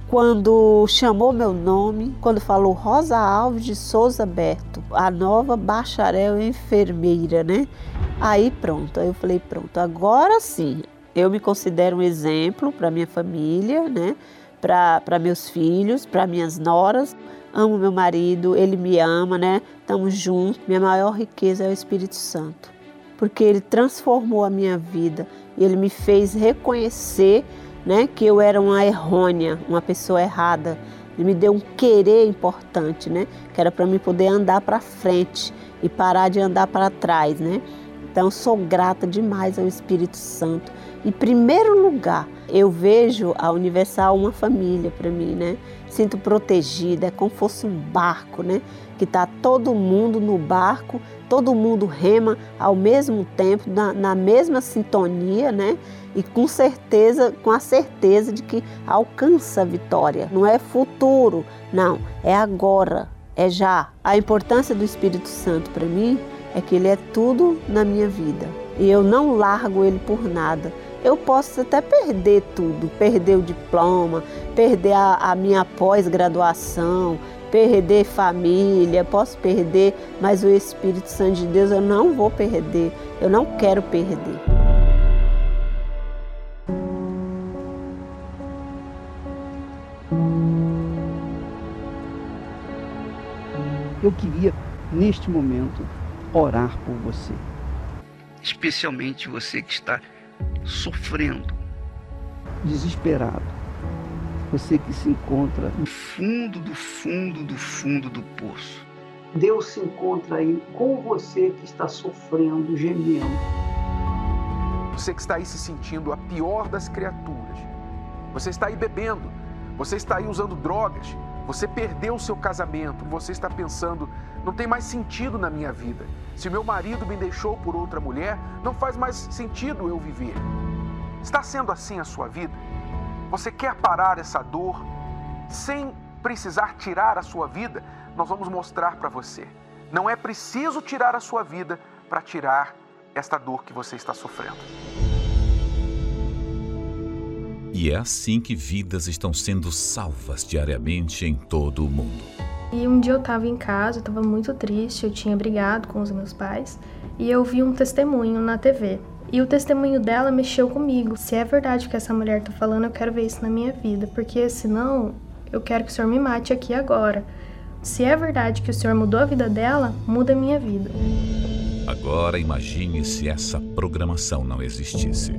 quando chamou meu nome, quando falou Rosa Alves de Souza Berto, a nova bacharel em enfermeira, né? Aí pronto, aí eu falei, pronto, agora sim, eu me considero um exemplo para minha família, né? para meus filhos, para minhas noras. Amo meu marido, ele me ama, né? Estamos juntos. Minha maior riqueza é o Espírito Santo, porque ele transformou a minha vida e ele me fez reconhecer, né, que eu era uma errônea, uma pessoa errada. Ele me deu um querer importante, né? Que era para mim poder andar para frente e parar de andar para trás, né? Então, eu sou grata demais ao Espírito Santo. Em primeiro lugar, eu vejo a Universal uma família para mim, né? Sinto protegida, é como se fosse um barco, né? Que está todo mundo no barco, todo mundo rema ao mesmo tempo, na, na mesma sintonia, né? E com certeza, com a certeza de que alcança a vitória. Não é futuro, não, é agora, é já. A importância do Espírito Santo para mim é que ele é tudo na minha vida e eu não largo ele por nada. Eu posso até perder tudo, perder o diploma, perder a, a minha pós-graduação, perder família, posso perder, mas o Espírito Santo de Deus eu não vou perder, eu não quero perder. Eu queria, neste momento, orar por você. Especialmente você que está sofrendo, desesperado. Você que se encontra no fundo do fundo do fundo do poço. Deus se encontra aí com você que está sofrendo, gemendo. Você que está aí se sentindo a pior das criaturas. Você está aí bebendo. Você está aí usando drogas. Você perdeu o seu casamento, você está pensando, não tem mais sentido na minha vida. Se meu marido me deixou por outra mulher, não faz mais sentido eu viver. Está sendo assim a sua vida? Você quer parar essa dor sem precisar tirar a sua vida? Nós vamos mostrar para você. Não é preciso tirar a sua vida para tirar esta dor que você está sofrendo. E é assim que vidas estão sendo salvas diariamente em todo o mundo. E um dia eu estava em casa, eu estava muito triste, eu tinha brigado com os meus pais e eu vi um testemunho na T V. E o testemunho dela mexeu comigo. Se é verdade o que essa mulher está falando, eu quero ver isso na minha vida, porque senão eu quero que o Senhor me mate aqui agora. Se é verdade que o Senhor mudou a vida dela, muda a minha vida. Agora imagine se essa programação não existisse.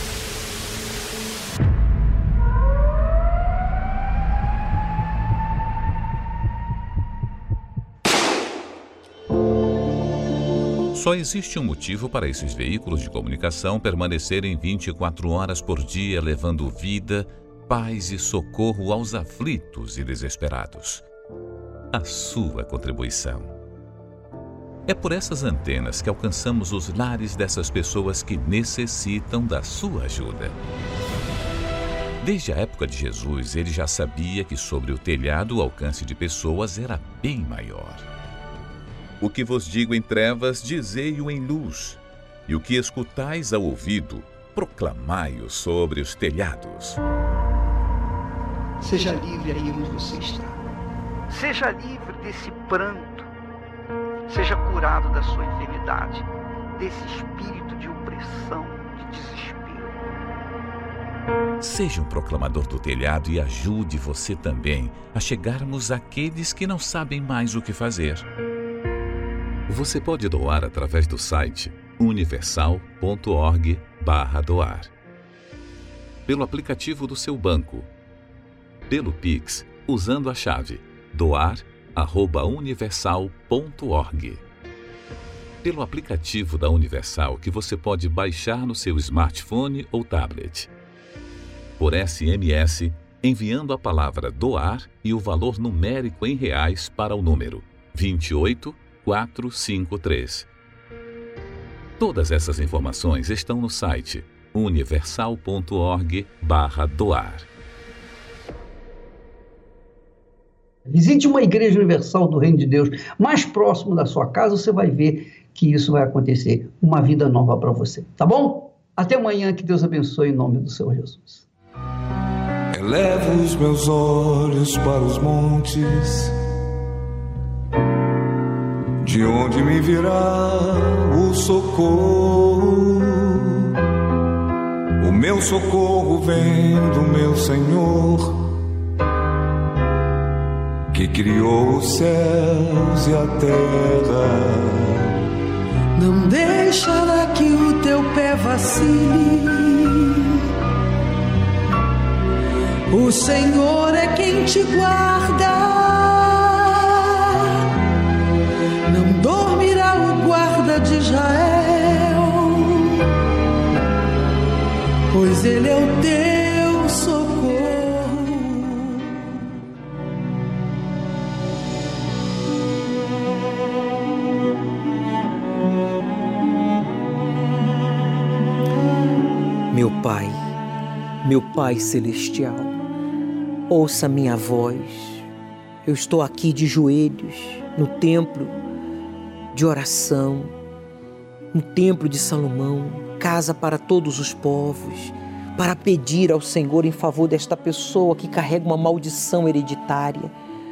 Só existe um motivo para esses veículos de comunicação permanecerem vinte e quatro horas por dia, levando vida, paz e socorro aos aflitos e desesperados. A sua contribuição. É por essas antenas que alcançamos os lares dessas pessoas que necessitam da sua ajuda. Desde a época de Jesus, ele já sabia que sobre o telhado o alcance de pessoas era bem maior. O que vos digo em trevas, dizei-o em luz, e o que escutais ao ouvido, proclamai-o sobre os telhados. Seja livre aí onde você está. Seja livre desse pranto. Seja curado da sua enfermidade, desse espírito de opressão, de desespero. Seja um proclamador do telhado e ajude você também a chegarmos àqueles que não sabem mais o que fazer. Você pode doar através do site universal ponto org barra doar, pelo aplicativo do seu banco, pelo Pix, usando a chave doar arroba universal ponto org, pelo aplicativo da Universal que você pode baixar no seu smartphone ou tablet, por S M S, enviando a palavra doar e o valor numérico em reais para o número vinte e oito, quatrocentos e cinquenta e três. Todas essas informações estão no site universal ponto org barra doar. Visite uma igreja universal do Reino de Deus mais próximo da sua casa, você vai ver que isso vai acontecer. Uma vida nova para você, tá bom? Até amanhã, que Deus abençoe em nome do Senhor Jesus. Elevo os meus olhos para os montes, de onde me virá o socorro? O meu socorro vem do meu Senhor, que criou os céus e a terra. Não deixará que o teu pé vacile. O Senhor é quem te guarda. Não dormirá o guarda de Israel, pois Ele é o teu socorro. Meu Pai, meu Pai Celestial, ouça minha voz. Eu estou aqui de joelhos no templo de oração, no templo de Salomão, casa para todos os povos, para pedir ao Senhor em favor desta pessoa que carrega uma maldição hereditária.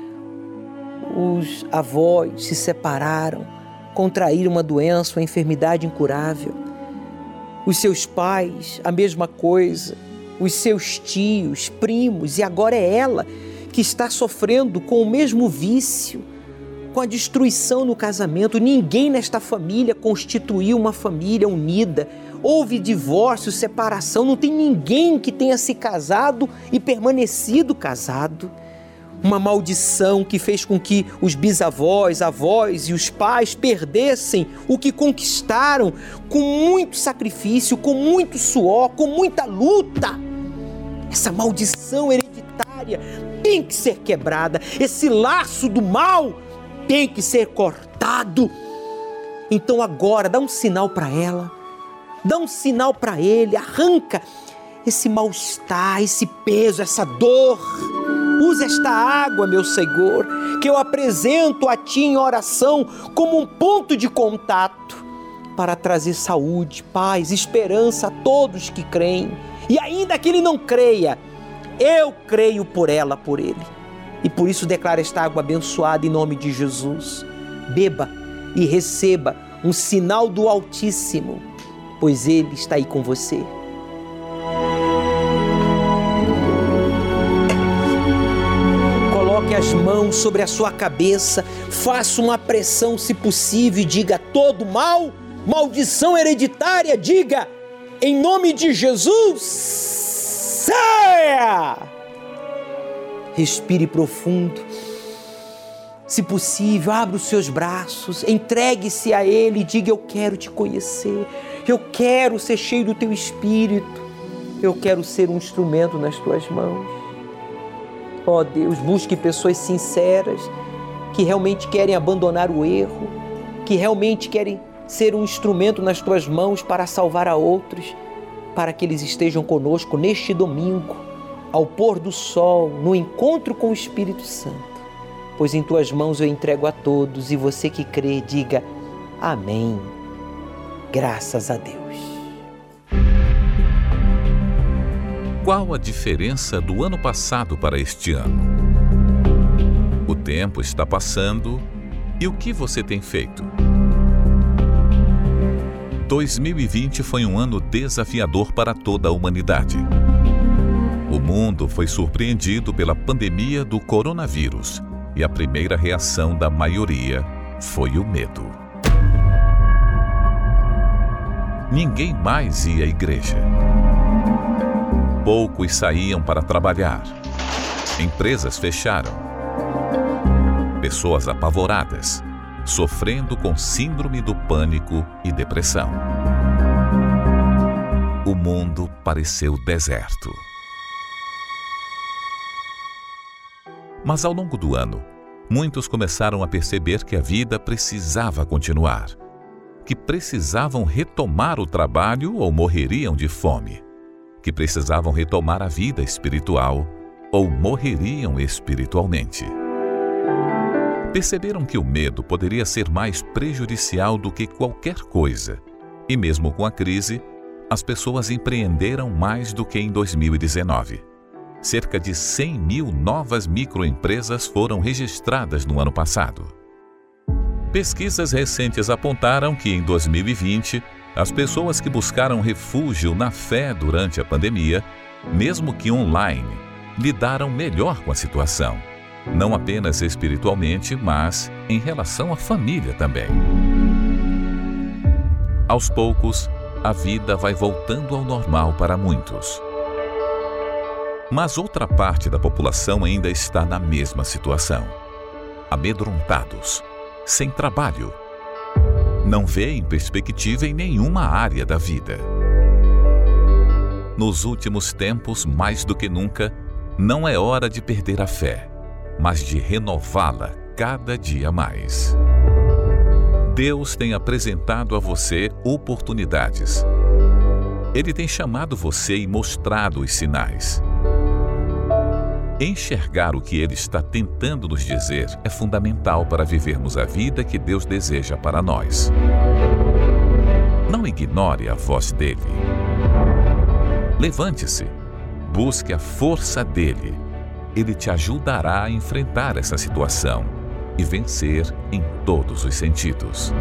Os avós se separaram, contraíram uma doença, uma enfermidade incurável. Os seus pais, a mesma coisa. Os seus tios, primos, e agora é ela que está sofrendo com o mesmo vício, com a destruição no casamento. Ninguém nesta família constituiu uma família unida. Houve divórcio, separação, não tem ninguém que tenha se casado e permanecido casado. Uma maldição que fez com que os bisavós, avós e os pais perdessem o que conquistaram com muito sacrifício, com muito suor, com muita luta. Essa maldição hereditária tem que ser quebrada. Esse laço do mal tem que ser cortado. Então agora dá um sinal para ela, dá um sinal para ele, arranca esse mal-estar, esse peso, essa dor. Usa esta água, meu Senhor, que eu apresento a Ti em oração como um ponto de contato para trazer saúde, paz, esperança a todos que creem. E ainda que ele não creia, eu creio por ela, por ele. E por isso declaro esta água abençoada em nome de Jesus. Beba e receba um sinal do Altíssimo, pois Ele está aí com você. Coloque as mãos sobre a sua cabeça, faça uma pressão se possível e diga: todo mal, maldição hereditária, diga: em nome de Jesus, saia! Respire profundo. Se possível, abra os seus braços, entregue-se a Ele e diga: eu quero te conhecer, eu quero ser cheio do Teu Espírito, eu quero ser um instrumento nas Tuas mãos. Ó Deus, busque pessoas sinceras, que realmente querem abandonar o erro, que realmente querem ser um instrumento nas Tuas mãos para salvar a outros, para que eles estejam conosco neste domingo, ao pôr do sol, no encontro com o Espírito Santo. Pois em Tuas mãos eu entrego a todos, e você que crê, diga amém. Graças a Deus. Qual a diferença do ano passado para este ano? O tempo está passando e o que você tem feito? dois mil e vinte foi um ano desafiador para toda a humanidade. O mundo foi surpreendido pela pandemia do coronavírus e a primeira reação da maioria foi o medo. Ninguém mais ia à igreja. Poucos saíam para trabalhar. Empresas fecharam. Pessoas apavoradas, sofrendo com síndrome do pânico e depressão. O mundo pareceu deserto. Mas ao longo do ano, muitos começaram a perceber que a vida precisava continuar, que precisavam retomar o trabalho ou morreriam de fome, que precisavam retomar a vida espiritual ou morreriam espiritualmente. Perceberam que o medo poderia ser mais prejudicial do que qualquer coisa, e mesmo com a crise, as pessoas empreenderam mais do que em dois mil e dezenove. Cerca de cem mil novas microempresas foram registradas no ano passado. Pesquisas recentes apontaram que em dois mil e vinte, as pessoas que buscaram refúgio na fé durante a pandemia, mesmo que online, lidaram melhor com a situação não apenas espiritualmente, mas em relação à família também. Aos poucos, a vida vai voltando ao normal para muitos. Mas outra parte da população ainda está na mesma situação. Amedrontados, sem trabalho. Não vêem perspectiva em nenhuma área da vida. Nos últimos tempos, mais do que nunca, não é hora de perder a fé, mas de renová-la cada dia mais. Deus tem apresentado a você oportunidades. Ele tem chamado você e mostrado os sinais. Enxergar o que Ele está tentando nos dizer é fundamental para vivermos a vida que Deus deseja para nós. Não ignore a voz dEle. Levante-se, busque a força dEle. Ele te ajudará a enfrentar essa situação e vencer em todos os sentidos.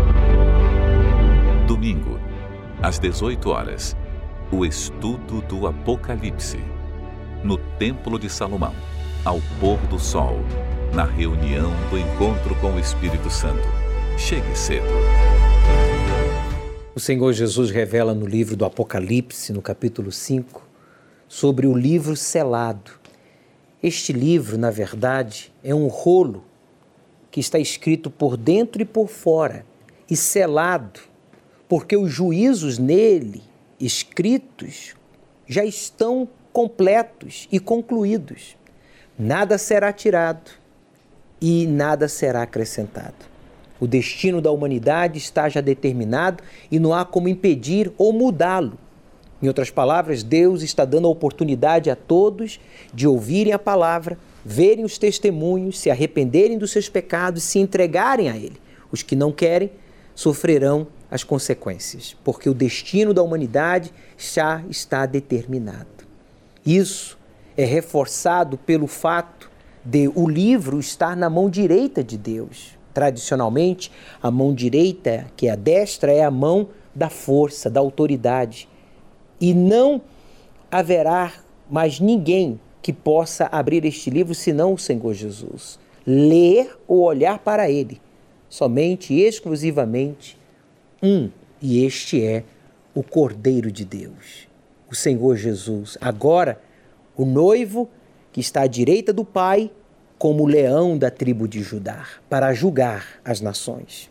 Domingo, às dezoito horas, o estudo do Apocalipse. No Templo de Salomão, ao pôr do sol, na reunião do encontro com o Espírito Santo. Chegue cedo. O Senhor Jesus revela no livro do Apocalipse, no capítulo cinco, sobre o livro selado. Este livro, na verdade, é um rolo que está escrito por dentro e por fora, e selado, porque os juízos nele escritos já estão completos e concluídos. Nada será tirado e nada será acrescentado. O destino da humanidade está já determinado e não há como impedir ou mudá-lo. Em outras palavras, Deus está dando a oportunidade a todos de ouvirem a palavra, verem os testemunhos, se arrependerem dos seus pecados, se entregarem a Ele. Os que não querem sofrerão as consequências, porque o destino da humanidade já está determinado. Isso é reforçado pelo fato de o livro estar na mão direita de Deus. Tradicionalmente, a mão direita, que é a destra, é a mão da força, da autoridade. E não haverá mais ninguém que possa abrir este livro senão o Senhor Jesus. Ler ou olhar para ele. Somente e exclusivamente um, e este é o Cordeiro de Deus, o Senhor Jesus. Agora, o noivo que está à direita do Pai, como o leão da tribo de Judá, para julgar as nações.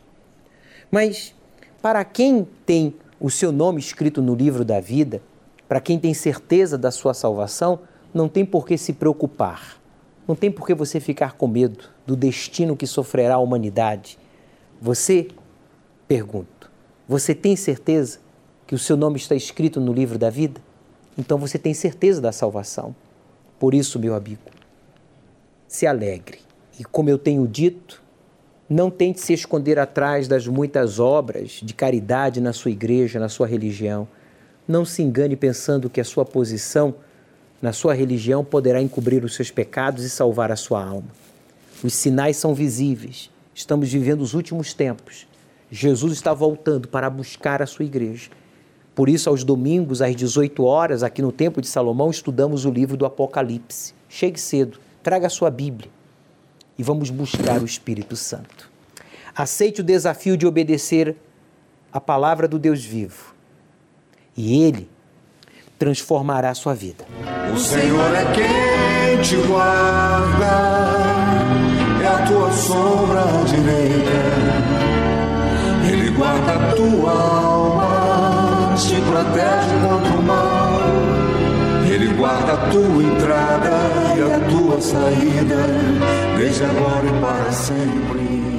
Mas, para quem tem o seu nome escrito no livro da vida, para quem tem certeza da sua salvação, não tem por que se preocupar. Não tem por que você ficar com medo do destino que sofrerá a humanidade. Você, pergunto, você tem certeza que o seu nome está escrito no livro da vida? Então você tem certeza da salvação. Por isso, meu amigo, se alegre. E como eu tenho dito, não tente se esconder atrás das muitas obras de caridade na sua igreja, na sua religião. Não se engane pensando que a sua posição na sua religião poderá encobrir os seus pecados e salvar a sua alma. Os sinais são visíveis. Estamos vivendo os últimos tempos. Jesus está voltando para buscar a sua igreja. Por isso, aos domingos, às dezoito horas, aqui no Templo de Salomão, estudamos o livro do Apocalipse. Chegue cedo, traga a sua Bíblia e vamos buscar o Espírito Santo. Aceite o desafio de obedecer a palavra do Deus vivo e Ele transformará a sua vida. O Senhor é quem te guarda, é a tua sombra direita. Ele guarda a tua alma, te protege contra o mal. Ele guarda a tua entrada e a tua saída, desde agora e para sempre.